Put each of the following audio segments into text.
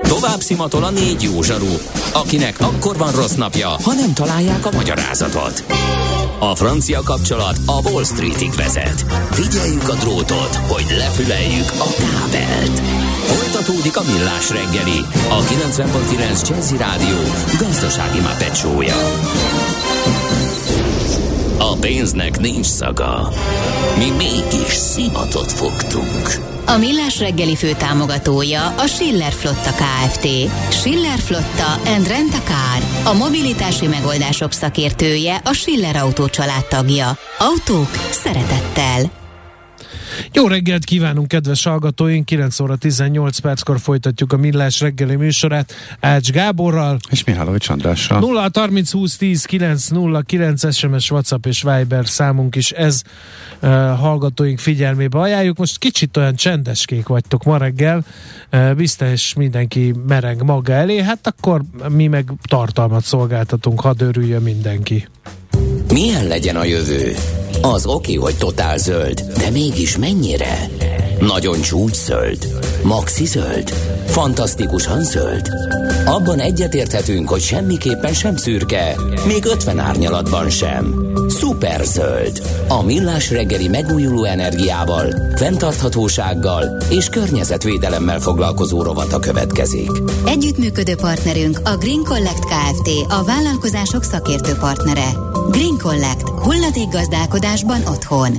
Tovább szimatol a 4 jó zsaru, akinek akkor van rossz napja, ha nem találják a magyarázatot. A francia kapcsolat a Wall Streetig vezet. Figyeljük a drótot, hogy lefüleljük a kábelt. Folytatódik a Millás reggeli, a 90.9 Jazzy Rádió gazdasági Muppet show-ja. A pénznek nincs szaga. Mi mégis szimatot fogtunk. A Millás reggeli főtámogatója a Schiller Flotta Kft. Schiller Flotta and Rent a Car. A mobilitási megoldások szakértője, a Schiller Autó család tagja. Autók szeretettel. Jó reggelt kívánunk, kedves hallgatóink! 9 óra 18 perckor folytatjuk a Millás reggeli műsorát Ács Gáborral és Mihálovics Andrással. 0 30 20 10 909 SMS, WhatsApp és Viber számunk is, ez hallgatóink figyelmébe ajánljuk. Most kicsit olyan csendeskék vagytok ma reggel, biztos mindenki mereng maga elé, hát akkor mi meg tartalmat szolgáltatunk, hadd örüljön mindenki. Milyen legyen a jövő? Az oké, hogy totál zöld, de mégis mennyire? Nagyon csúcs zöld? Maxi zöld? Fantasztikusan zöld? Abban egyetérthetünk, hogy semmiképpen sem szürke, még 50 árnyalatban sem. Szuper zöld. A Millás reggeli megújuló energiával, fenntarthatósággal és környezetvédelemmel foglalkozó rovata következik. Együttműködő partnerünk a Green Collect Kft. A vállalkozások szakértő partnere. Green Collect. Hulladékgazdálkodásban otthon.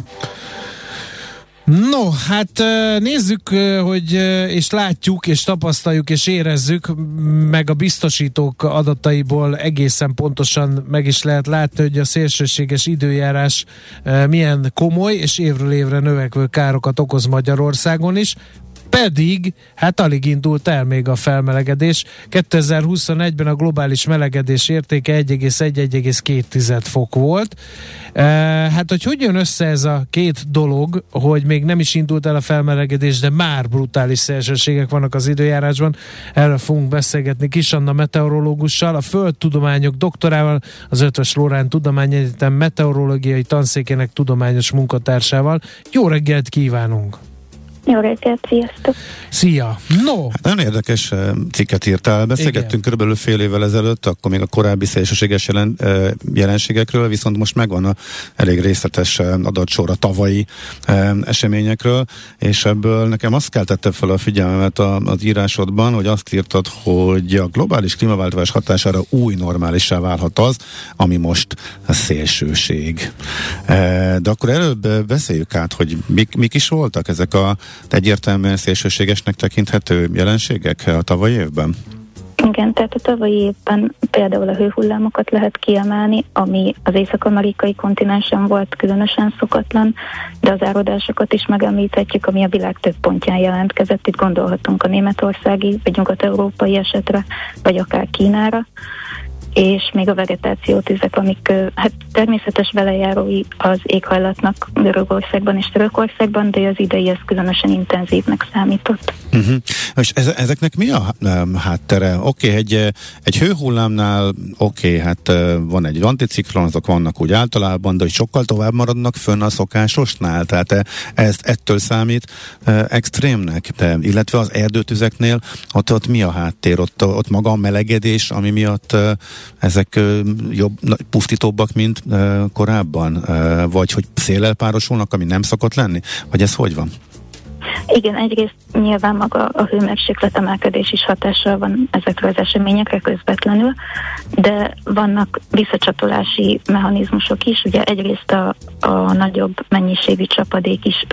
No, hát nézzük, hogy és látjuk, és tapasztaljuk, és érezzük, meg a biztosítók adataiból egészen pontosan meg is lehet látni, hogy a szélsőséges időjárás milyen komoly és évről évre növekvő károkat okoz Magyarországon is. Pedig, hát alig indult el még a felmelegedés. 2021-ben a globális melegedés értéke 1,1-1,2 fok volt. Hát, hogy jön össze ez a két dolog, hogy még nem is indult el a felmelegedés, de már brutális szélsőségek vannak az időjárásban. Erről fogunk beszélgetni Kis Anna meteorológussal, a földtudományok doktorával, az Eötvös Loránd Tudományegyetem meteorológiai tanszékének tudományos munkatársával. Jó reggelt kívánunk! Jó reggelt, sziasztok! Szia! No! Hát nagyon érdekes cikket írtál. Beszélgettünk körülbelül fél évvel ezelőtt, akkor még a korábbi szélsőséges jelenségekről, viszont most megvan a elég részletes adatsor a tavalyi eseményekről, és ebből nekem azt keltette fel a figyelmemet az írásodban, hogy azt írtad, hogy a globális klímaváltozás hatására új normálissá válhat az, ami most a szélsőség. De akkor előbb beszéljük át, hogy mik is voltak ezek a egyértelműen szélsőségesnek tekinthető jelenségek a tavalyi évben? Igen, tehát a tavalyi évben például a hőhullámokat lehet kiemelni, ami az észak-amerikai kontinensen volt különösen szokatlan, de az áradásokat is megemlíthetjük, ami a világ több pontján jelentkezett. Itt gondolhatunk a németországi, vagy nyugat-európai esetre, vagy akár Kínára. És még a vegetációtüzek, amik hát természetes velejárói az éghajlatnak Görögországban és Törökországban, de az idei ez különösen intenzívnek számított. És ezeknek mi a háttere? Oké, egy hőhullámnál hát van egy anticiklon, azok vannak úgy általában, de hogy sokkal tovább maradnak fönn a szokásosnál, tehát ettől számít extrémnek, illetve az erdőtüzeknél ott mi a háttér? Ott maga a melegedés, ami miatt ezek pusztítóbbak, mint korábban? Vagy hogy széllel párosulnak, ami nem szokott lenni? Vagy ez hogy van? Igen, egyrészt nyilván maga a hőmérséklet emelkedés is hatással van ezekre az eseményekre közvetlenül, de vannak visszacsatolási mechanizmusok is. Ugye egyrészt a nagyobb mennyiségű csapadék is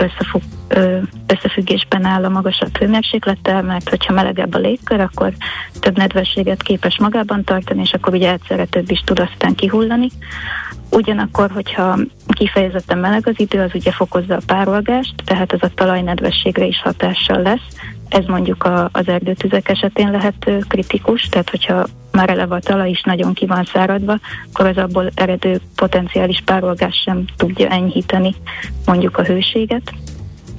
összefüggésben áll a magasabb hőmérséklettel, mert hogyha melegebb a légkör, akkor több nedvességet képes magában tartani, és akkor ugye egyszerre több is tud aztán kihullani. Ugyanakkor, hogyha kifejezetten meleg az idő, az ugye fokozza a párolgást, tehát ez a talajnedvességre is hatással lesz. Ez mondjuk az erdőtüzek esetén lehet kritikus, tehát hogyha már eleve a talaj is nagyon ki van száradva, akkor az abból eredő potenciális párolgás sem tudja enyhíteni mondjuk a hőséget.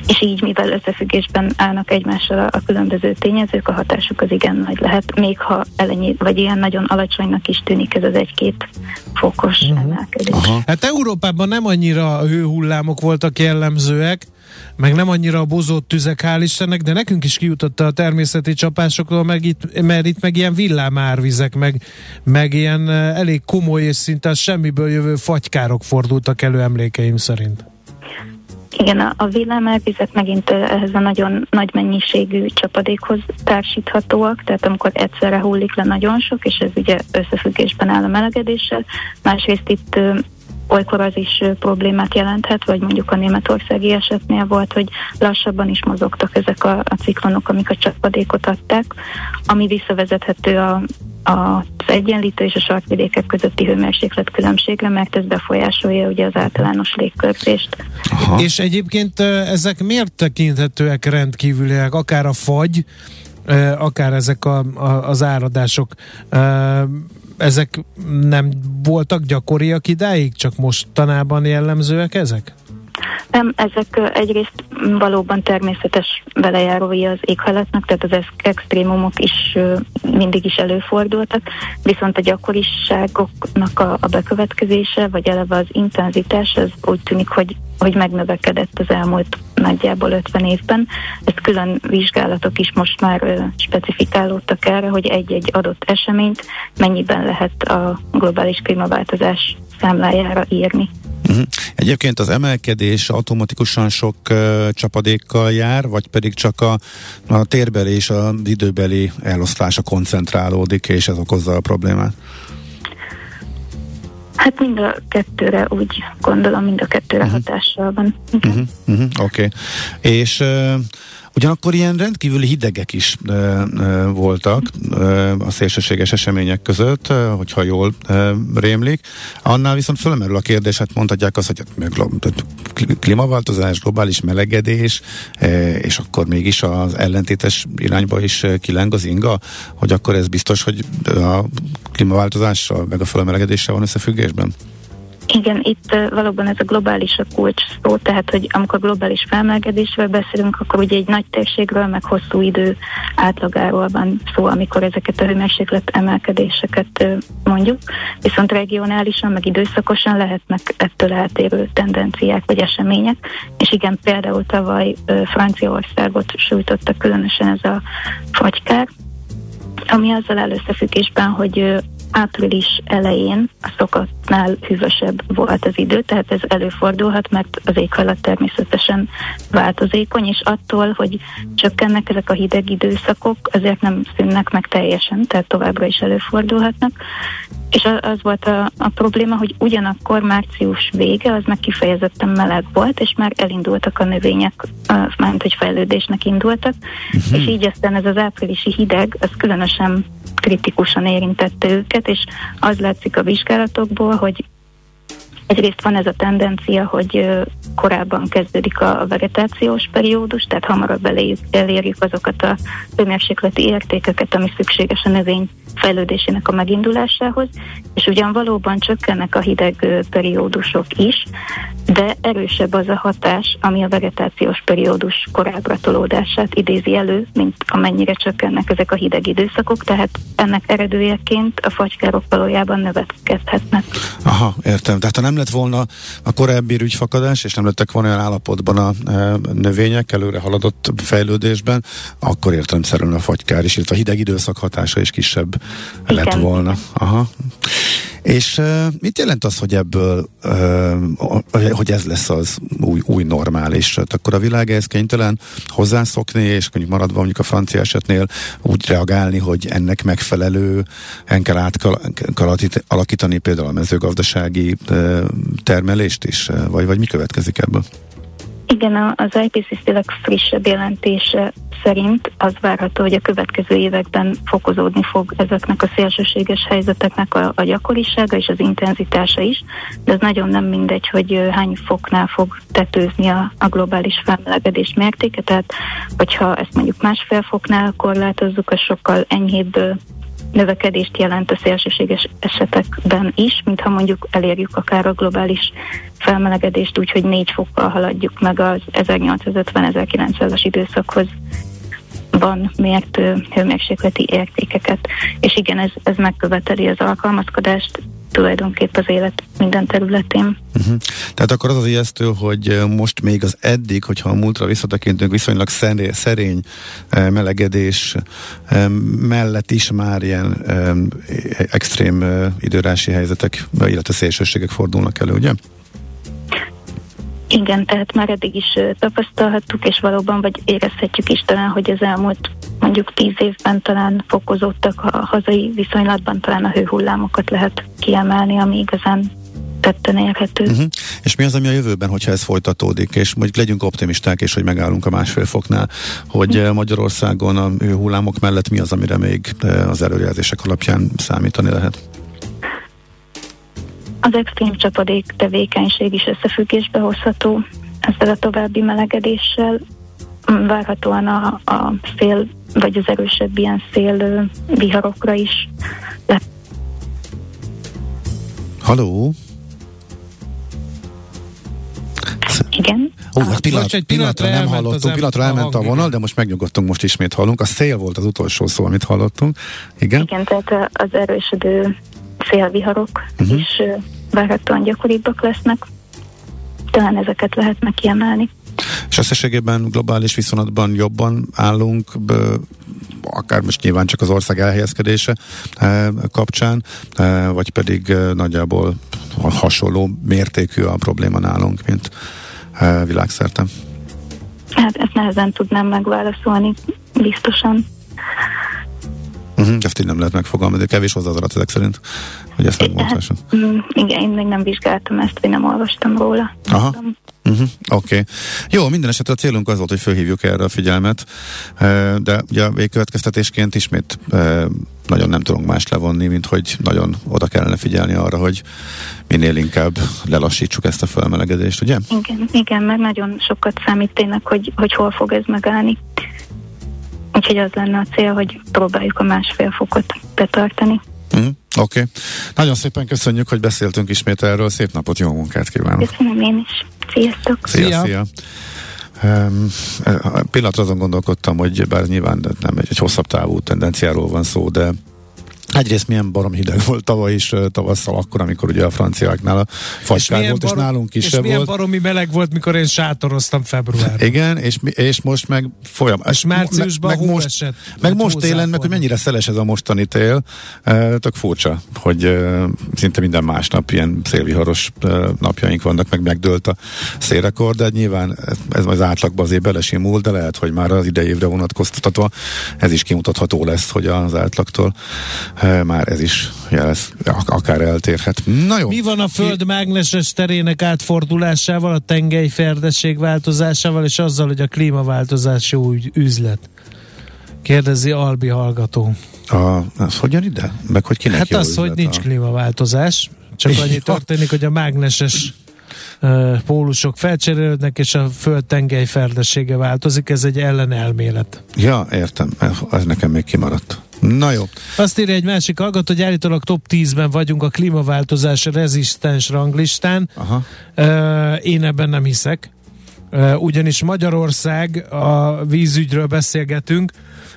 és így, mivel összefüggésben állnak egymással a különböző tényezők, a hatásuk az igen nagy lehet, még ha vagy ilyen nagyon alacsonynak is tűnik ez az 1-2 fokos emelkedés. Hát Európában nem annyira a hőhullámok voltak jellemzőek, meg nem annyira a bozott tüzek, hál' Istennek, de nekünk is kijutott a természeti csapásokról, mert itt meg ilyen villámárvizek, meg ilyen elég komoly és szinte a semmiből jövő fagykárok fordultak elő emlékeim szerint. Igen, a villámárvizek megint ehhez a nagyon nagy mennyiségű csapadékhoz társíthatóak, tehát amikor egyszerre hullik le nagyon sok, és ez ugye összefüggésben áll a melegedéssel. Másrészt itt olykor az is problémát jelenthet, vagy mondjuk a németországi esetnél volt, hogy lassabban is mozogtak ezek a ciklonok, amik a csapadékot adták, ami visszavezethető az egyenlítő és a sarkvidékek közötti hőmérséklet különbségre, mert ez befolyásolja ugye az általános légkörzést. És egyébként ezek miért tekinthetőek rendkívüliek? Akár a fagy, akár ezek az áradások, ezek nem voltak gyakoriak idáig, csak mostanában jellemzőek ezek? Nem, ezek egyrészt valóban természetes velejárói az éghajlatnak, tehát az extrémumok is mindig is előfordultak, viszont a gyakoriságoknak a bekövetkezése, vagy eleve az intenzitás, az úgy tűnik, hogy megnövekedett az elmúlt nagyjából 50 évben. Ezt külön vizsgálatok is most már specifikálódtak erre, hogy egy-egy adott eseményt mennyiben lehet a globális klímaváltozás számlájára írni. Egyébként az emelkedés automatikusan sok csapadékkal jár, vagy pedig csak a térbeli és az időbeli eloszlása koncentrálódik, és ez okozza a problémát? Hát mind a kettőre úgy gondolom, mind a kettőre hatással van. Oké. És ugyanakkor ilyen rendkívüli hidegek is voltak a szélsőséges események között, hogyha jól rémlik. Annál viszont fölmerül a kérdés, hát mondhatják azt, hogy klímaváltozás, globális melegedés, és akkor mégis az ellentétes irányba is kileng az inga, hogy akkor ez biztos, hogy a klímaváltozással, meg a fölmelegedéssel van összefüggésben? Igen, itt valóban ez a globális a kulcs szó, tehát hogy amikor globális felmelegedésről beszélünk, akkor ugye egy nagy térségről, meg hosszú idő átlagáról van szó, amikor ezeket a hőmérséklet emelkedéseket mondjuk, viszont regionálisan, meg időszakosan lehetnek ettől eltérő tendenciák vagy események, és igen, például tavaly Franciaországot sújtotta különösen ez a fagykár, ami azzal áll összefüggésben, hogy április elején a szokottnál hűvösebb volt az idő, tehát ez előfordulhat, mert az éghajlat természetesen változékony, és attól, hogy csökkennek ezek a hideg időszakok, azért nem szűnnek meg teljesen, tehát továbbra is előfordulhatnak. És az volt a probléma, hogy ugyanakkor március vége, az meg kifejezetten meleg volt, és már elindultak a növények, mármint hogy fejlődésnek indultak, és így aztán ez az áprilisi hideg, az különösen kritikusan érintette őket, és az látszik a vizsgálatokból, hogy egyrészt van ez a tendencia, hogy korábban kezdődik a vegetációs periódus, tehát hamarabb elérjük azokat a hőmérsékleti értékeket, ami szükséges a növény fejlődésének a megindulásához, és ugyan valóban csökkennek a hideg periódusok is, de erősebb az a hatás, ami a vegetációs periódus korábbra tolódását idézi elő, mint amennyire csökkennek ezek a hideg időszakok, tehát ennek eredőjeként a fagykárok valójában növekedhetnek. Aha, értem. Tehát ha nem lett volna a korábbi rügyfakadás, és nem lettek volna olyan állapotban a növények előre haladott fejlődésben, akkor értelemszerűen a fagykár is, illetve a hideg időszak hatása is kisebb lett volna. Aha. És mit jelent az, hogy ebből, hogy ez lesz az új normális? Tehát akkor a világ ehhez kénytelen hozzászokni, és mondjuk maradva mondjuk a francia esetnél úgy reagálni, hogy ennek megfelelően kell alakítani például a mezőgazdasági termelést is, vagy mi következik ebből? Igen, az IPCC legfrissebb jelentése szerint az várható, hogy a következő években fokozódni fog ezeknek a szélsőséges helyzeteknek a gyakorisága és az intenzitása is, de ez nagyon nem mindegy, hogy hány foknál fog tetőzni a globális felmelegedés mértéke, tehát hogyha ezt mondjuk 1,5 foknál korlátozzuk, az sokkal enyhébb növekedést jelent a szélsőséges esetekben is, mintha mondjuk elérjük akár a globális felmelegedést, úgyhogy 4 fokkal haladjuk meg az 1850-1900-as időszakhoz mért hőmérsékleti értékeket. És igen, ez megköveteli az alkalmazkodást tulajdonképp az élet minden területén. Tehát akkor az ijesztő, hogy most még az eddig, hogyha a múltra visszatekintünk, viszonylag szerény melegedés mellett is már ilyen extrém időrási helyzetek, illetve szélsőségek fordulnak elő, ugye? Igen, tehát már eddig is tapasztalhattuk, és valóban vagy érezhetjük is talán, hogy az elmúlt mondjuk 10 évben talán fokozódtak a hazai viszonylatban, talán a hőhullámokat lehet kiemelni, ami igazán tetten érhető. És mi az, ami a jövőben, hogyha ez folytatódik, és mondjuk legyünk optimisták, és hogy megállunk a 1,5 foknál, hogy Magyarországon a hőhullámok mellett mi az, amire még az előrejelzések alapján számítani lehet? Az extrém csapadék tevékenység is összefüggésbe hozható ezzel a további melegedéssel. Várhatóan a szél, vagy az erősebb ilyen szél viharokra is. Halló? Igen. Egy pillanatra nem hallottunk, pillanatra elment a vonal, de most megnyugodtunk, most ismét hallunk. A szél volt az utolsó szó, amit hallottunk. Igen? Igen, tehát az erősödő szélviharok is várhatóan gyakoribbak lesznek. Talán ezeket lehetne kiemelni. És összességében globális viszonylatban jobban állunk, akár most nyilván csak az ország elhelyezkedése kapcsán, vagy pedig nagyjából hasonló mértékű a probléma nálunk, mint világszerte? Hát ezt nehezen tudnám megválaszolni, biztosan. Ezt így nem lehet megfogalmazni, kevés hozzá az adat ezek szerint, hogy ezt megmondhassam. Igen, én még nem vizsgáltam ezt, vagy nem olvastam róla. Aha. Oké. Jó, minden esetre a célunk az volt, hogy felhívjuk erre a figyelmet, de ugye végkövetkeztetésként ismét nagyon nem tudunk más levonni, mint hogy nagyon oda kellene figyelni arra, hogy minél inkább lelassítsuk ezt a felmelegedést, ugye? Igen, mert nagyon sokat számít tényleg, hogy hol fog ez megállni. Úgyhogy az lenne a cél, hogy próbáljuk a 1,5 fokot betartani. Oké. Nagyon szépen köszönjük, hogy beszéltünk ismét erről. Szép napot, jó munkát kívánok! Köszönöm én is. Sziasztok! Szia! Pillanatra azon gondolkodtam, hogy bár nyilván nem egy hosszabb távú tendenciáról van szó, de egyrészt milyen barom hideg volt tavaly is, tavasszal akkor, amikor ugye a franciáknál a fagykár volt, és nálunk kisebb volt. És milyen baromi meleg volt, mikor én sátoroztam februárban. Igen, és most meg és márciusban hó esett. Meg most télen, meg hogy mennyire szeles ez a mostani tél, tök furcsa, hogy szinte minden másnap ilyen szélviharos napjaink vannak, meg megdőlt a szélrekord, de nyilván ez az átlagban azért belesimul, de lehet, hogy már az idei évre vonatkoztatva ez is kimutatható lesz, hogy az átlagtól már ez is jelez, akár eltérhet. Na jó. Mi van a Föld mágneses terének átfordulásával, a tengely ferdesség változásával, és azzal, hogy a klímaváltozás jó üzlet? Kérdezi Albi hallgató. Az hogyan ide? Meg hogy kinek jó az, üzlet? Hogy nincs klímaváltozás, csak annyi történik, hogy a mágneses pólusok felcserélődnek, és a Föld tengely ferdessége változik, ez egy ellenelmélet. Ja, értem, ez nekem még kimaradt. Na jó. Azt írja egy másik hallgató, hogy állítólag top 10-ben vagyunk a klímaváltozás rezisztens ranglistán. Én ebben nem hiszek. Ugyanis Magyarország, a vízügyről beszélgetünk,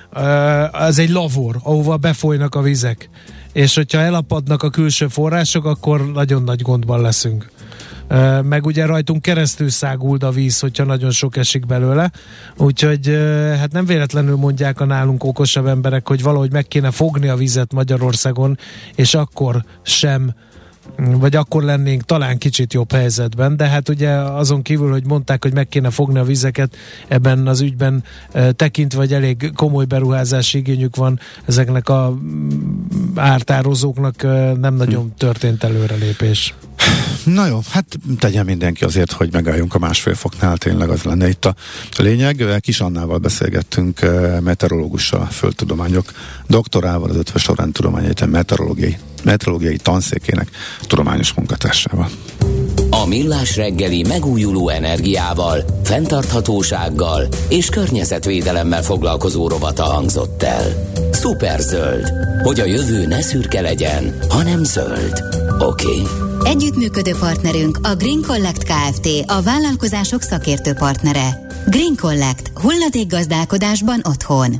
az egy lavor, ahova befolynak a vizek. És hogyha elapadnak a külső források, akkor nagyon nagy gondban leszünk. Meg ugye rajtunk keresztül száguld a víz, hogyha nagyon sok esik belőle, úgyhogy hát nem véletlenül mondják a nálunk okosabb emberek, hogy valahogy meg kéne fogni a vizet Magyarországon, és akkor sem, vagy akkor lennénk talán kicsit jobb helyzetben, de hát ugye azon kívül, hogy mondták, hogy meg kéne fogni a vizeket, ebben az ügyben tekintve, hogy elég komoly beruházási igényük van, ezeknek a ártározóknak nem nagyon történt előrelépés. Na jó, hát tegyen mindenki azért, hogy megálljunk a 1,5 foknál, tényleg az lenne itt a lényeg. Kis Annával beszélgettünk, meteorológussal, földtudományok doktorával, az Eötvös Loránd Tudományegyetem meteorológiai tanszékének tudományos munkatársával. A Millás reggeli megújuló energiával, fenntarthatósággal és környezetvédelemmel foglalkozó rovata hangzott el. Szuperzöld, hogy a jövő ne szürke legyen, hanem zöld. Oké? Együttműködő partnerünk a Green Collect Kft. A vállalkozások szakértő partnere. Green Collect. Hulladékgazdálkodásban otthon.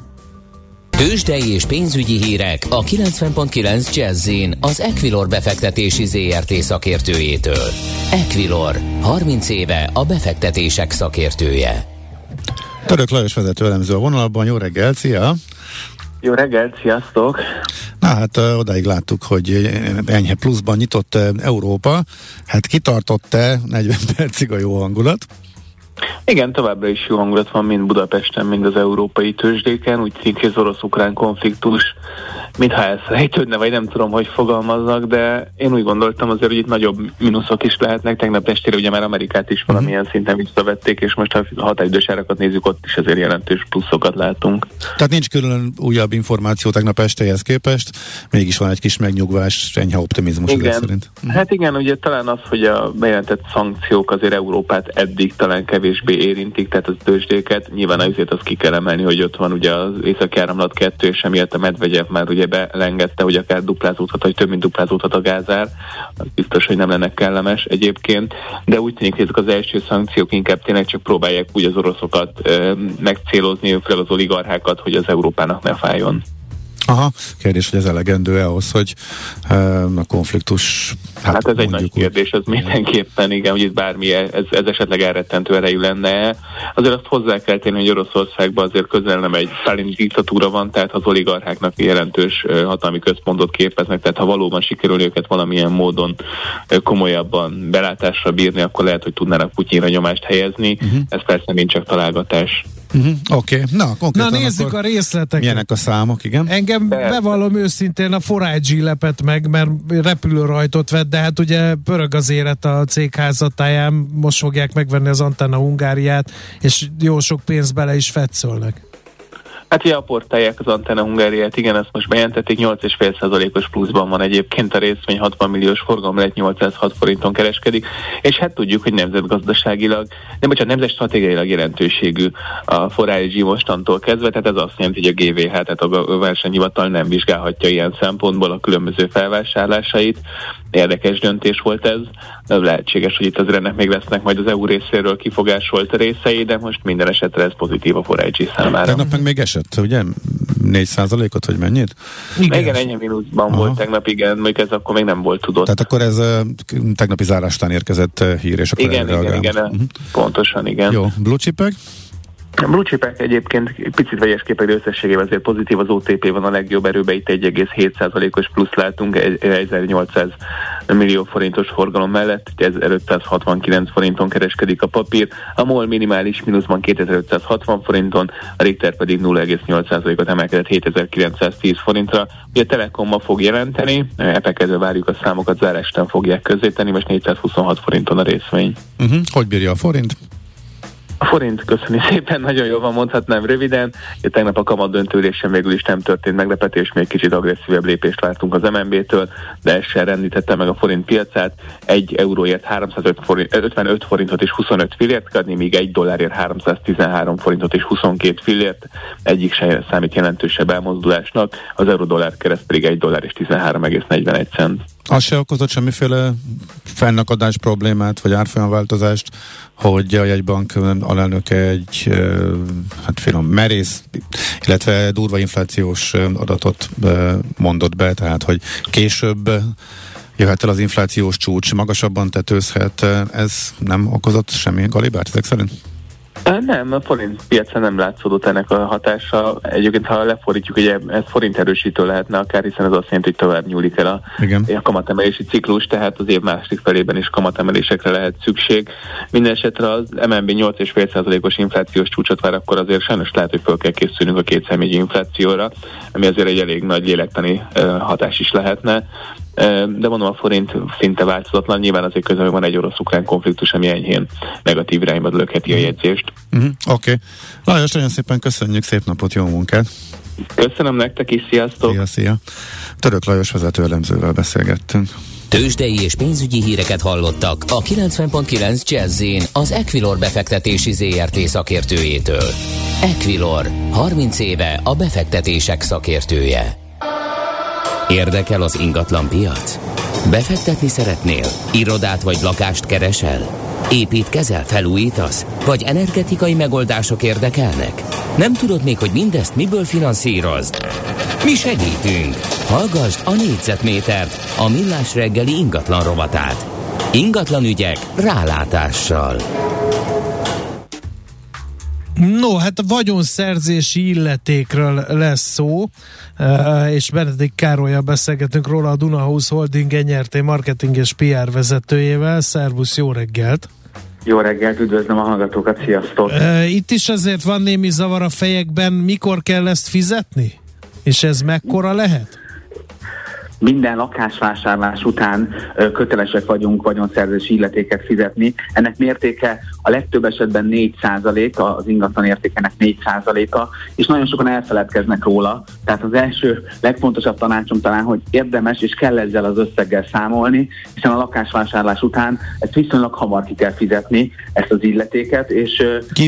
Tőzsdei és pénzügyi hírek a 90.9 Jazz-in az Equilor befektetési ZRT szakértőjétől. Equilor, 30 éve a befektetések szakértője. Török Lajos vezető elemző a vonalban. Jó reggelt, szia! Jó reggelt, sziasztok! Na hát odáig láttuk, hogy enyhe pluszban nyitott Európa. Hát kitartott-e 40 percig a jó hangulat? Igen, továbbra is jó hangulat van mind Budapesten, mind az európai tőzsdéken. Úgy tűnik, hogy az orosz-ukrán konfliktus mintha elfelejtődne, vagy nem tudom, hogy fogalmaznak, de én úgy gondoltam azért, hogy itt nagyobb mínuszok is lehetnek. Tegnap estére ugye már Amerikát is valamilyen szinten visszavették, és most ha határidős árakat nézzük, ott is azért jelentős pluszokat látunk. Tehát nincs külön újabb információ tegnap estéhez képest, mégis van egy kis megnyugvás, enyhe optimizmus ezek szerint. Hát igen, ugye talán az, hogy a bejelentett szankciók azért Európát eddig talán kevésbé érintik, tehát az tőzsdéket. Nyilván azért azt ki kell emelni, hogy ott van ugye az Északi Áramlat 2, és emiatt a Medvegyev már ugye belengedte, hogy akár duplázódhat, vagy több mint duplázódhat a gázár. Az biztos, hogy nem lenne kellemes egyébként, de úgy tűnik, hogy ezek az első szankciók inkább tényleg csak próbálják úgy az oroszokat megcélozni, főleg az oligarchákat, hogy az Európának ne fájjon. Aha, kérdés, hogy ez elegendő ahhoz, hogy a konfliktus... Hát ez egy nagy kérdés, az mindenképpen, igen, hogy itt bármi, ez esetleg elrettentő erejű lenne. Azért azt hozzá kell tenni, hogy Oroszországban azért közel nem egy sztálini diktatúra van, tehát az oligarcháknak jelentős hatalmi központot képeznek, tehát ha valóban sikerül őket valamilyen módon komolyabban belátásra bírni, akkor lehet, hogy tudnának Putyinra nyomást helyezni. Ez persze mind csak találgatás. Oké. Na, nézzük a részleteket. Milyenek a számok, igen? Engem bevallom őszintén a 4IG lepett meg, mert repülőrajtot vett, de hát ugye pörög az élet a cég házatáján, most fogják megvenni az Antenna Hungáriát, és jó sok pénzt bele is fetszölnek. Hát ugye aportálják az Antenna Hungáriát, igen, ezt most bejelentették, 8,5%-os pluszban van egyébként a részvény, 60 milliós forgalom lett, 806 forinton kereskedik, és hát tudjuk, hogy nemzetgazdaságilag, nemzetstratégiailag jelentőségű a 4IG mostantól kezdve, tehát ez azt jelenti, hogy a GVH, tehát a versenyhivatal nem vizsgálhatja ilyen szempontból a különböző felvásárlásait. Érdekes döntés volt ez, lehetséges, hogy itt az ennek még lesznek majd az EU részéről kifogásolt részei, de most minden esetre ez pozitív a 4IG számára. Tegnap meg még esett, ugye? 4%-ot, vagy mennyit? Igen, ennyi mínuszban volt tegnap, igen, mondjuk ez akkor még nem volt tudott. Tehát akkor ez tegnapi zárástán érkezett hír, és akkor igen, pontosan, igen. Jó, blue chipek? A blue chipek egyébként picit vegyes képek, de összességében azért pozitív, az OTP van a legjobb erőben, itt 1,7%-os plusz látunk, 1800 millió forintos forgalom mellett, 1569 forinton kereskedik a papír, a MOL minimális mínuszban 2560 forinton, a Richter pedig 0,8%-ot emelkedett 7910 forintra. Ugye a Telekom ma fog jelenteni, epekedve várjuk a számokat, zárástán fogják közzétenni, most 426 forinton a részvény. Hogy bírja a forint? A forint, köszönöm szépen, nagyon jól van, mondhatnám röviden. Tegnap a kamat döntőülésen végül is nem történt meglepetés, még kicsit agresszívebb lépést vártunk az MNB-től, de ez sem rendítette meg a forint piacát. 1 euróért 355 forintot és 25 fillért adni, míg 1 dollárért 313 forintot és 22 fillért. Egyik sem számít jelentősebb elmozdulásnak, az euró-dollár kereszt pedig 1 dollár és 13,41 cent. Az se okozott semmiféle fennakadás problémát, vagy árfolyamváltozást, hogy a jegybank alelnöke egy merész, illetve durva inflációs adatot mondott be, tehát hogy később jöhet el az inflációs csúcs, magasabban tetőzhet, ez nem okozott semmi galibát ezek szerint? Nem, a forint piacán nem látszódott ennek a hatása. Egyébként, ha lefordítjuk, ugye ez forint erősítő lehetne akár, hiszen ez azt jelenti, hogy tovább nyúlik el a kamatemelési ciklus, tehát az év második felében is kamatemelésekre lehet szükség. Minden esetre az MNB 8,5%-os inflációs csúcsot vár, akkor azért sajnos lehet, hogy fel kell készülnünk a kétszámjegyű inflációra, ami azért egy elég nagy lélektani hatás is lehetne. De mondom, a forint szinte változatlan, nyilván azért közben van egy orosz-ukrán konfliktus, ami enyhén negatív irányba lökheti a jegyzést. Oké. Lajos, nagyon szépen köszönjük, szép napot, jó munkát! Köszönöm nektek is, sziasztok! Szia! Török Lajos vezető elemzővel beszélgettünk. Tőzsdei és pénzügyi híreket hallottak a 90.9 Jazz-in az Equilor befektetési ZRT szakértőjétől. Equilor, 30 éve a befektetések szakértője. Érdekel az ingatlan piac? Befektetni szeretnél? Irodát vagy lakást keresel? Építkezel, felújítasz? Vagy energetikai megoldások érdekelnek? Nem tudod még, hogy mindezt miből finanszírozd? Mi segítünk! Hallgasd a Négyzetmétert, a Millás reggeli ingatlan rovatát. Ingatlan ügyek rálátással. No, hát a vagyonszerzési illetékről lesz szó, és Benedikt Károlyal beszélgetünk róla, a Dunahouse Holding NRT marketing és PR vezetőjével. Szervusz, jó reggelt! Jó reggelt, üdvözlöm a hallgatókat, sziasztok! Itt is azért van némi zavar a fejekben, mikor kell ezt fizetni? És ez mekkora lehet? Minden lakásvásárlás után kötelesek vagyunk vagyonszerzési illetéket fizetni. Ennek mértéke a legtöbb esetben 4%, az ingatlan értékenek 4%, és nagyon sokan elfeledkeznek róla. Tehát az első legfontosabb tanácsom talán, hogy érdemes és kell ezzel az összeggel számolni, hiszen a lakásvásárlás után ezt viszonylag hamar ki kell fizetni, ezt az illetéket. És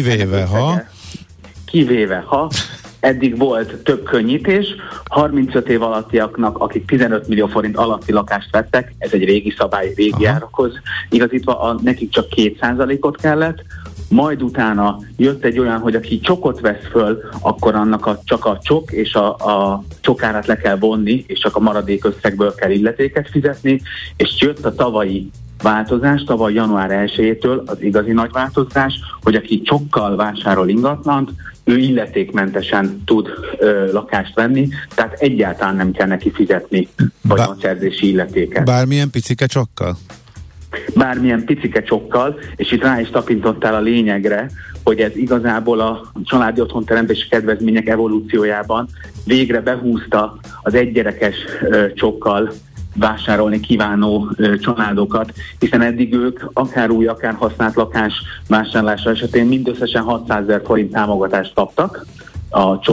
Kivéve, ha eddig volt több könnyítés, 35 év alattiaknak, akik 15 millió forint alatti lakást vettek, ez egy régi szabály, régi árakhoz igazítva, nekik csak 2%-ot kellett, majd utána jött egy olyan, hogy aki csokot vesz föl, akkor annak csak a csok és a csokárát le kell vonni, és csak a maradék összegből kell illetéket fizetni, és jött a tavalyi változás, tavaly január 1-től az igazi nagy változás, hogy aki csokkal vásárol ingatlant, ő illetékmentesen tud lakást venni, tehát egyáltalán nem kell neki fizetni vagyonszerzési illetéket. Bármilyen picike csokkal? Bármilyen picike csokkal, és itt rá is tapintottál a lényegre, hogy ez igazából a családi otthonteremtési kedvezmények evolúciójában végre behúzta az egygyerekes csokkal vásárolni kívánó családokat, hiszen eddig ők akár új, akár használt lakás vásárlása esetén mindösszesen 600 000 forint támogatást kaptak a csok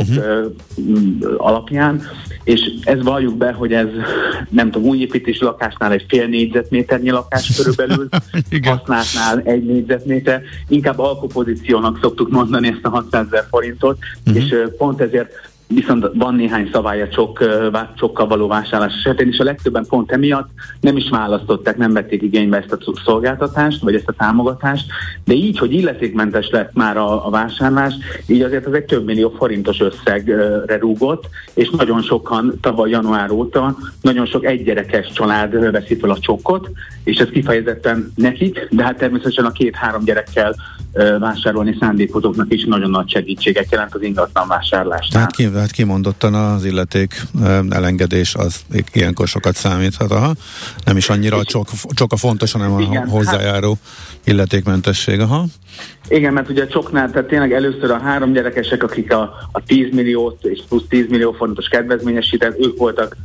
alapján, és ez valljuk be, hogy ez nem tudom, új építési lakásnál egy fél négyzetméternyi lakás körülbelül, használtnál 1 négyzetméter, inkább alkupozíciónak szoktuk mondani ezt a 600 000 forintot, és pont ezért viszont van néhány szabály a csokkal való vásárlás esetén, és a legtöbben pont emiatt nem is választották, nem vették igénybe ezt a szolgáltatást, vagy ezt a támogatást, de így, hogy illetékmentes lett már a vásárlás, így azért ez egy több millió forintos összegre rúgott, és nagyon sokan tavaly január óta, nagyon sok egygyerekes család veszi fel a csokot, és ez kifejezetten nekik, de hát természetesen a 2-3 gyerekkel vásárolni szándékozóknak is nagyon nagy segítséget jelent az ingatlan vásárlásnál. Tehát kimondottan az illeték elengedés az ilyenkor sokat számíthat. Aha. Nem is annyira a csok a fontos, hanem a hozzájáró illetékmentesség. Aha. Igen, mert ugye a csoknál, tehát tényleg először a 3 gyerekesek, akik a 10 milliót és plusz 10 millió forintos kedvezményesített, ők voltak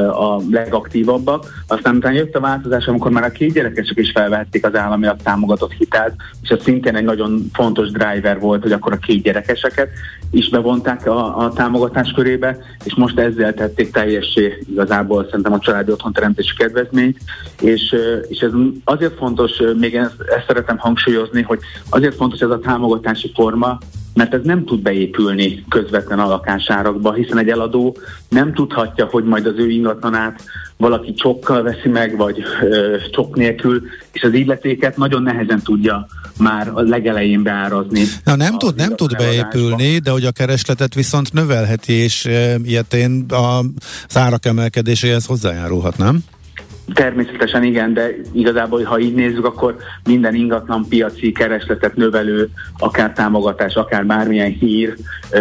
a legaktívabbak. Aztán utána jött a változás, amikor már a 2 gyerekesek is felvehették az államilag támogatott hitelt, és ez szintén egy nagyon fontos driver volt, hogy akkor a 2 gyerekeseket is bevonták a támogatás körébe, és most ezzel tették teljessé igazából szerintem a családi otthonteremtési kedvezményt, és ez azért fontos, még ezt szeretem hangsúlyozni, hogy azért fontos ez a támogatási forma, mert ez nem tud beépülni közvetlen a lakásárakba, hiszen egy eladó nem tudhatja, hogy majd az ő ingatlanát valaki csokkal veszi meg, vagy csok nélkül, és az illetéket nagyon nehezen tudja már a legelején beárazni. Na, nem tud beépülni, de hogy a keresletet viszont növelheti, és ilyetén az árak emelkedéséhez hozzájárulhat, nem? Természetesen igen, de igazából, ha így nézzük, akkor minden ingatlan piaci keresletet növelő, akár támogatás, akár bármilyen hír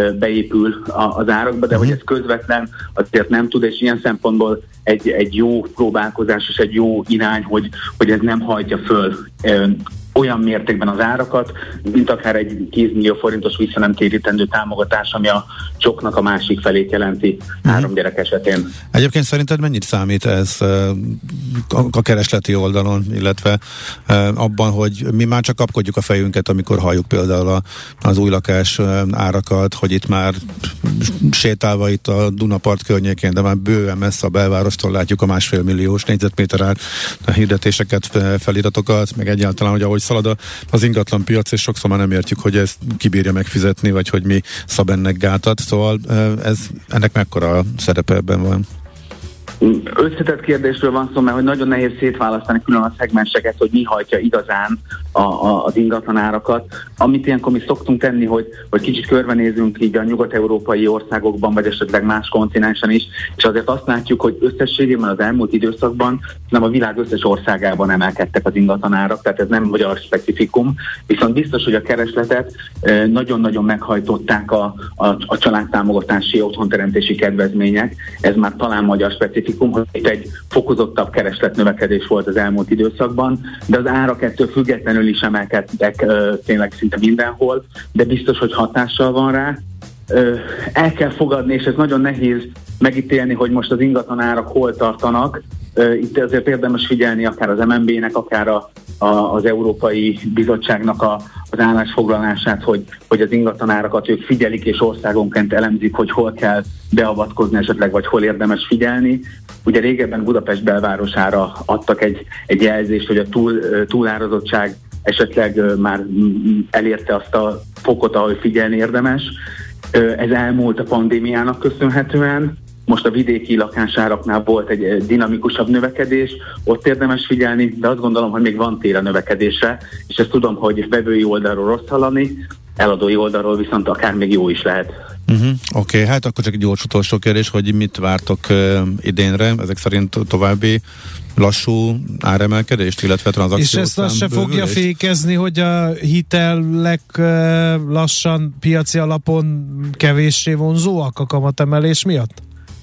beépül az árakba, de hogy ez közvetlen, azért nem tud, és ilyen szempontból egy jó próbálkozás és egy jó irány, hogy ez nem hajtja föl olyan mértékben az árakat, mint akár egy 10 millió forintos visszanemtérítendő támogatás, ami a csoknak a másik felét jelenti 3 gyerek esetén. Egyébként szerinted mennyit számít ez a keresleti oldalon, illetve abban, hogy mi már csak kapkodjuk a fejünket, amikor halljuk például az új lakás árakat, hogy itt már sétálva itt a Dunapart környékén, de már bőven messze a belvárostól látjuk a 1,5 milliós négyzetméter ár hirdetéseket, feliratokat, meg egyáltalán, hogy ahogy szalad az ingatlan piac, és sokszor már nem értjük, hogy ezt kibírja megfizetni, vagy hogy mi szab ennek gátat. Szóval ennek mekkora szerepe ebben van? Összetett kérdésről van szó, mert hogy nagyon nehéz szétválasztani külön a szegmenseket, hogy mi hajtja igazán az ingatlan árakat. Amit ilyenkor mi szoktunk tenni, hogy kicsit körbenézünk így a nyugat-európai országokban, vagy esetleg más kontinensen is, és azért azt látjuk, hogy összességében az elmúlt időszakban nem a világ összes országában emelkedtek az ingatlan árak, tehát ez nem magyar specifikum, viszont biztos, hogy a keresletet nagyon-nagyon meghajtották a családtámogatási, otthonteremtési kedvezmények. Ez már talán magyar specifikum, hogy itt egy fokozottabb keresletnövekedés volt az elmúlt időszakban, de az árak ettől függetlenül is emelkedtek tényleg szinte mindenhol, de biztos, hogy hatással van rá. El kell fogadni, és ez nagyon nehéz megítélni, hogy most az ingatlan árak hol tartanak. Itt azért érdemes figyelni akár az MNB-nek, akár az Európai Bizottságnak az állásfoglalását, hogy az ingatlanárakat ők figyelik, és országonként elemzik, hogy hol kell beavatkozni esetleg, vagy hol érdemes figyelni. Ugye régebben Budapest belvárosára adtak egy jelzést, hogy a túlárazottság esetleg már elérte azt a fokot, ahol figyelni érdemes. Ez elmúlt a pandémiának köszönhetően. Most a vidéki lakásáraknál volt egy dinamikusabb növekedés, ott érdemes figyelni, de azt gondolom, hogy még van tér a növekedésre, és ezt tudom, hogy vevői oldalról rossz hallani, eladói oldalról viszont akár még jó is lehet. Oké, hát akkor csak egy gyors utolsó kérdés, hogy mit vártok idénre, ezek szerint további lassú áremelkedést, illetve tranzakciót. És ezt azt se fogja fékezni, hogy a hitelek lassan piaci alapon kevéssé vonzóak a kamatemelés miatt?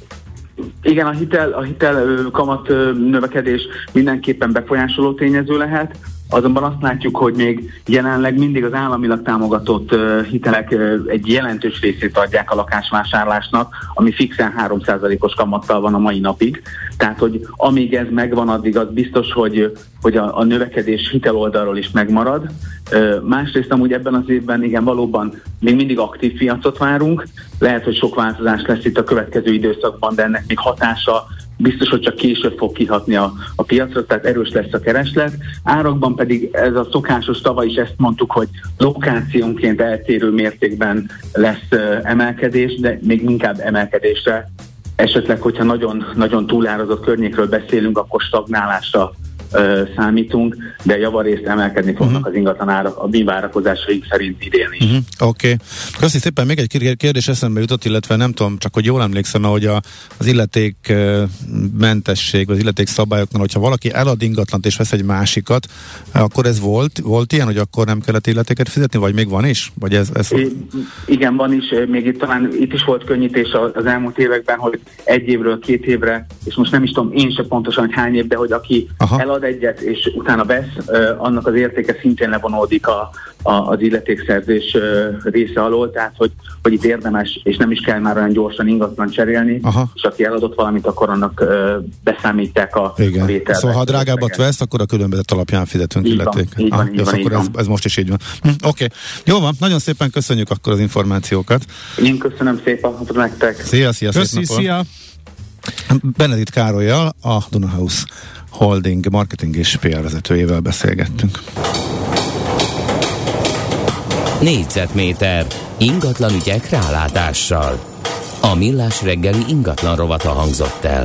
Igen, a hitel kamat növekedés mindenképpen befolyásoló tényező lehet, azonban azt látjuk, hogy még jelenleg mindig az államilag támogatott hitelek egy jelentős részét adják a lakásvásárlásnak, ami fixen 3%-os kamattal van a mai napig. Tehát, hogy amíg ez megvan, addig az biztos, hogy a növekedés hitel oldalról is megmarad. Másrészt amúgy ebben az évben igen, valóban még mindig aktív piacot várunk. Lehet, hogy sok változás lesz itt a következő időszakban, de ennek még hatása biztos, hogy csak később fog kihatni a piacra, tehát erős lesz a kereslet. Árakban pedig ez a szokásos, tavaly is ezt mondtuk, hogy lokációnként eltérő mértékben lesz emelkedés, de még inkább emelkedésre. Esetleg, hogyha nagyon, nagyon túlárazott környékről beszélünk, akkor stagnálásra számítunk, de javarészt emelkedni fognak az ingatlanárak a mi várakozásaink szerint idén is. Oké. Köszi szépen. Még egy kérdés eszembe jutott, illetve nem tudom, csak hogy jól emlékszem, hogy az illetékmentesség, vagy az illetékszabályoknál, hogyha valaki elad ingatlant és vesz egy másikat, akkor ez volt ilyen, hogy akkor nem kellett illetéket fizetni, vagy még van is? Vagy ez... Igen, van is. Még itt is volt könnyítés az elmúlt években, hogy 1 évről 2 évre, és most nem is tudom én sem pontosan, hogy hány év, de hogy aki elad egyet, és utána vesz, annak az értéke szintén levonódik az illetékszerzés része alól, tehát hogy itt érdemes, és nem is kell már olyan gyorsan ingatlan cserélni, és aki eladott valamit, akkor annak beszámítják a vételt. Szóval ha drágábbat vesz, akkor a különbözet alapján fizetünk illetéket. Így van. Ez most is így van. Oké. Jó van, nagyon szépen köszönjük akkor az információkat. Én köszönöm szépen nektek. Szia, Köszi, szia. Benedikt Károllyal, a Dunahouse Holding marketing és PR vezetőjével beszélgettünk. Négyzetméter ingatlan ügyek rálátással. A Millás reggeli ingatlan rovata hangzott el.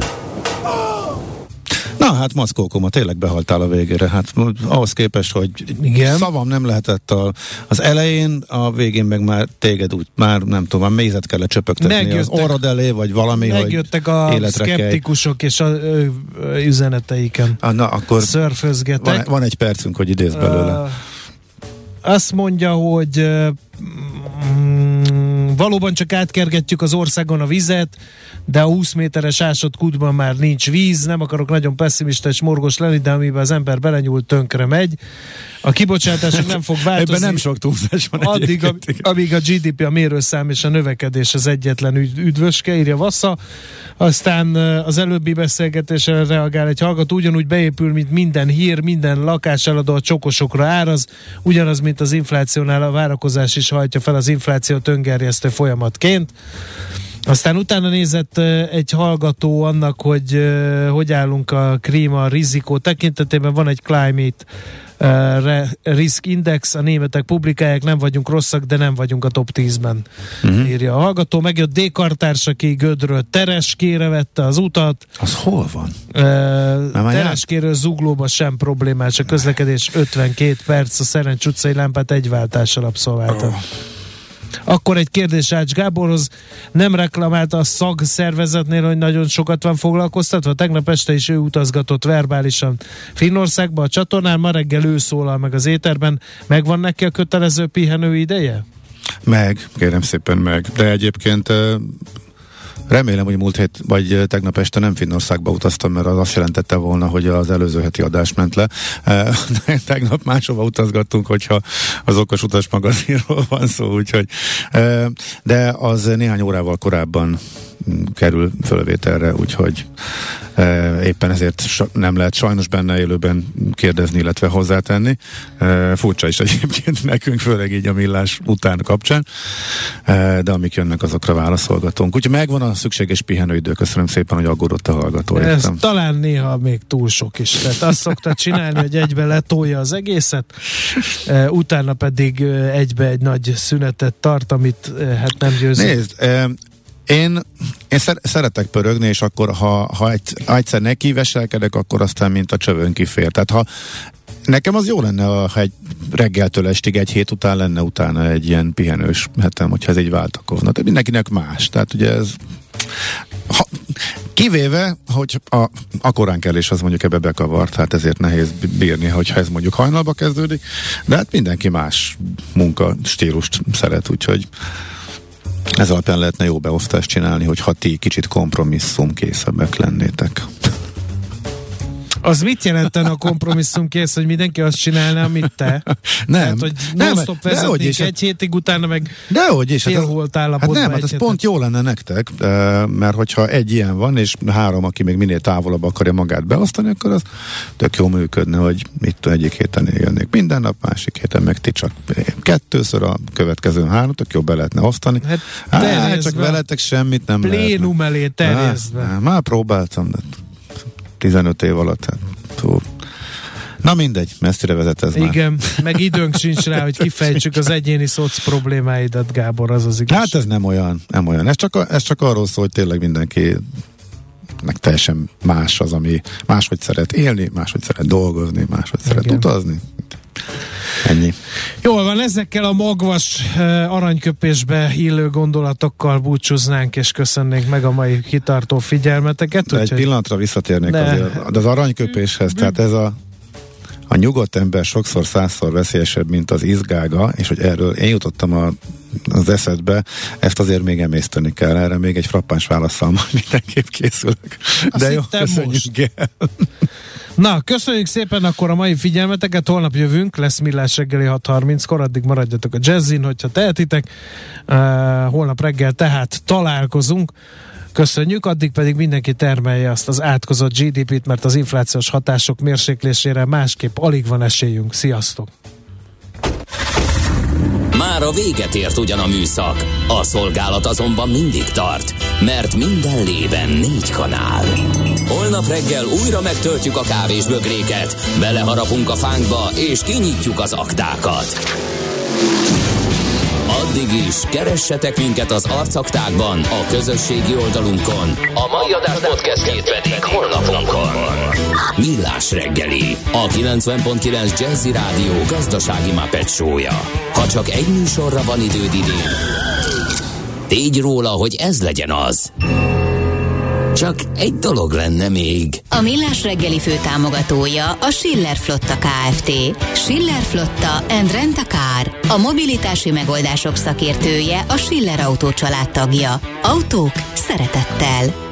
Na hát Mackókoma, tényleg behaltál a végére. Hát ahhoz képest, hogy igen, szavam nem lehetett az elején, a végén meg már téged úgy, már nem tudom, már mézet kellett csöpögtetni az orrod elé, vagy valami, megjöttek a szkeptikusok és a üzeneteiken. Na, akkor szörfözgetek. Van egy percünk, hogy idéz belőle. Azt mondja, hogy valóban csak átkergetjük az országon a vizet, de a 20 méteres ásott kútban már nincs víz, nem akarok nagyon pessimista és morgos lenni, de amiben az ember belenyúl, tönkre megy. A kibocsátások nem fog változni. Ebben nem sok túlzás van. Addig, amíg a GDP, a mérőszám és a növekedés az egyetlen üdvöske, írja Vassza. Aztán az előbbi beszélgetésre reagál egy hallgató, ugyanúgy beépül, mint minden hír, minden lakáseladó a csokosokra áraz, ugyanaz, mint az inflációnál, a várakozás is hajtja fel az inflációt öngerjesztő folyamatként. Aztán utána nézett egy hallgató annak, hogy állunk a klíma rizikó tekintetében. Van egy Climate Risk Index, a németek publikálják, nem vagyunk rosszak, de nem vagyunk a top 10-ben, írja a hallgató. Megjött D-kartárs, aki Gödről Tereskére vette az utat. Az hol van? Tereskéről Zuglóba sem problémás a közlekedés, 52 perc, a Szerencs utcai lámpát egy váltással abszolválta. Akkor egy kérdés Ács Gáborhoz, nem reklamálta a szakszervezetnél, hogy nagyon sokat van foglalkoztatva? Tegnap este is ő utazgatott verbálisan Finnországba a csatornán, ma reggel ő szólal meg az éterben. Megvan neki a kötelező pihenő ideje? Meg, kérem szépen meg. De egyébként remélem, hogy múlt hét, vagy tegnap este nem Finnországba utaztam, mert az azt jelentette volna, hogy az előző heti adás ment le. Tegnap máshova utazgattunk, hogyha az Okos Utas magazinról van szó, úgyhogy. De az néhány órával korábban kerül fölvételre, úgyhogy éppen ezért nem lehet sajnos benne élőben kérdezni, illetve hozzátenni. Furcsa is egyébként nekünk, főleg így a Millás után kapcsán, de amik jönnek, azokra válaszolgatunk. Úgyhogy megvan a szükséges pihenőidő. Köszönöm szépen, hogy aggódott a hallgató. Ez talán néha még túl sok is. Tehát azt szokta csinálni, hogy egybe letolja az egészet, utána pedig egybe egy nagy szünetet tart, amit hát nem győző. Nézd, Én szeretek pörögni, és akkor ha egyszer neki veselkedek, akkor aztán mint a csövön kifér. Tehát nekem az jó lenne, ha egy reggeltől estig, egy hét után lenne utána egy ilyen pihenős hetem, hogyha ez így váltakozna. Tehát mindenkinek más. Tehát ugye ez kivéve, hogy a koránkelés az mondjuk ebbe bekavart, hát ezért nehéz bírni, hogyha ez mondjuk hajnalba kezdődik, de hát mindenki más munkastílust szeret, úgyhogy ez alapján lehetne jó beosztást csinálni, hogyha ti kicsit kompromisszumkészebbek lennétek. Az mit jelenten a kompromisszumkész, hogy mindenki azt csinálná, amit te? Nem. Tehát, hogy non-stop vezetnék egy hétig, utána meg félholt állapotban. Hát nem, hát ez pont jó lenne nektek, mert hogyha egy ilyen van, és 3, aki még minél távolabb akarja magát beosztani, akkor az tök jó működne, hogy mit egyik héten jönnék minden nap, másik héten meg ti csak 2-ször, a következő 3, tök jó be lehetne osztani. Hát csak veletek semmit nem lehetne. Plénum elé terjesztve. Már próbáltam, de 15 év alatt. Hát, na mindegy, messzire vezet ez már. Igen, meg időnk sincs rá, hogy kifejtsük az egyéni szoc problémáidat, Gábor, az igazság. Hát ez nem olyan. Ez csak arról szól, hogy tényleg mindenki teljesen más az, ami máshogy szeret élni, máshogy szeret dolgozni, máshogy szeret utazni. Ennyi. Jól van, ezekkel a magvas aranyköpésbe illő gondolatokkal búcsúznánk, és köszönnénk meg a mai kitartó figyelmeteket. De egy pillanatra visszatérnék azért az aranyköpéshez, tehát ez a nyugodt ember sokszor 100-szor veszélyesebb, mint az izgága, és hogy erről én jutottam az eszedbe, ezt azért még emészteni kell, erre még egy frappáns válaszsal majd mindenképp készülök. De jó, köszönjük el. Na, köszönjük szépen akkor a mai figyelmeteket, holnap jövünk, lesz Millás reggeli 6:30-kor, addig maradjatok a Jazzin, hogyha tehetitek. Holnap reggel tehát találkozunk. Köszönjük, addig pedig mindenki termelje azt az átkozott GDP-t, mert az inflációs hatások mérséklésére másképp alig van esélyünk. Sziasztok! Már a véget ért ugyan a műszak, a szolgálat azonban mindig tart, mert minden lében 4 kanál. Holnap reggel újra megtöltjük a kávésbögréket, beleharapunk a fánkba és kinyitjuk az aktákat. Addig is keressetek minket az arcaktákban, a közösségi oldalunkon. A mai adás podcastjét pedig honlapunkon. Millás reggeli, a 90.9 Jazzy Rádió gazdasági Muppet show-ja. Ha csak egy műsorra van időd idén, tégy róla, hogy ez legyen az. Csak egy dolog lenne még. A Millás reggeli főtámogatója a Schiller Flotta Kft. Schiller Flotta and Rent a Car. A mobilitási megoldások szakértője, a Schiller Autó család tagja. Autók szeretettel.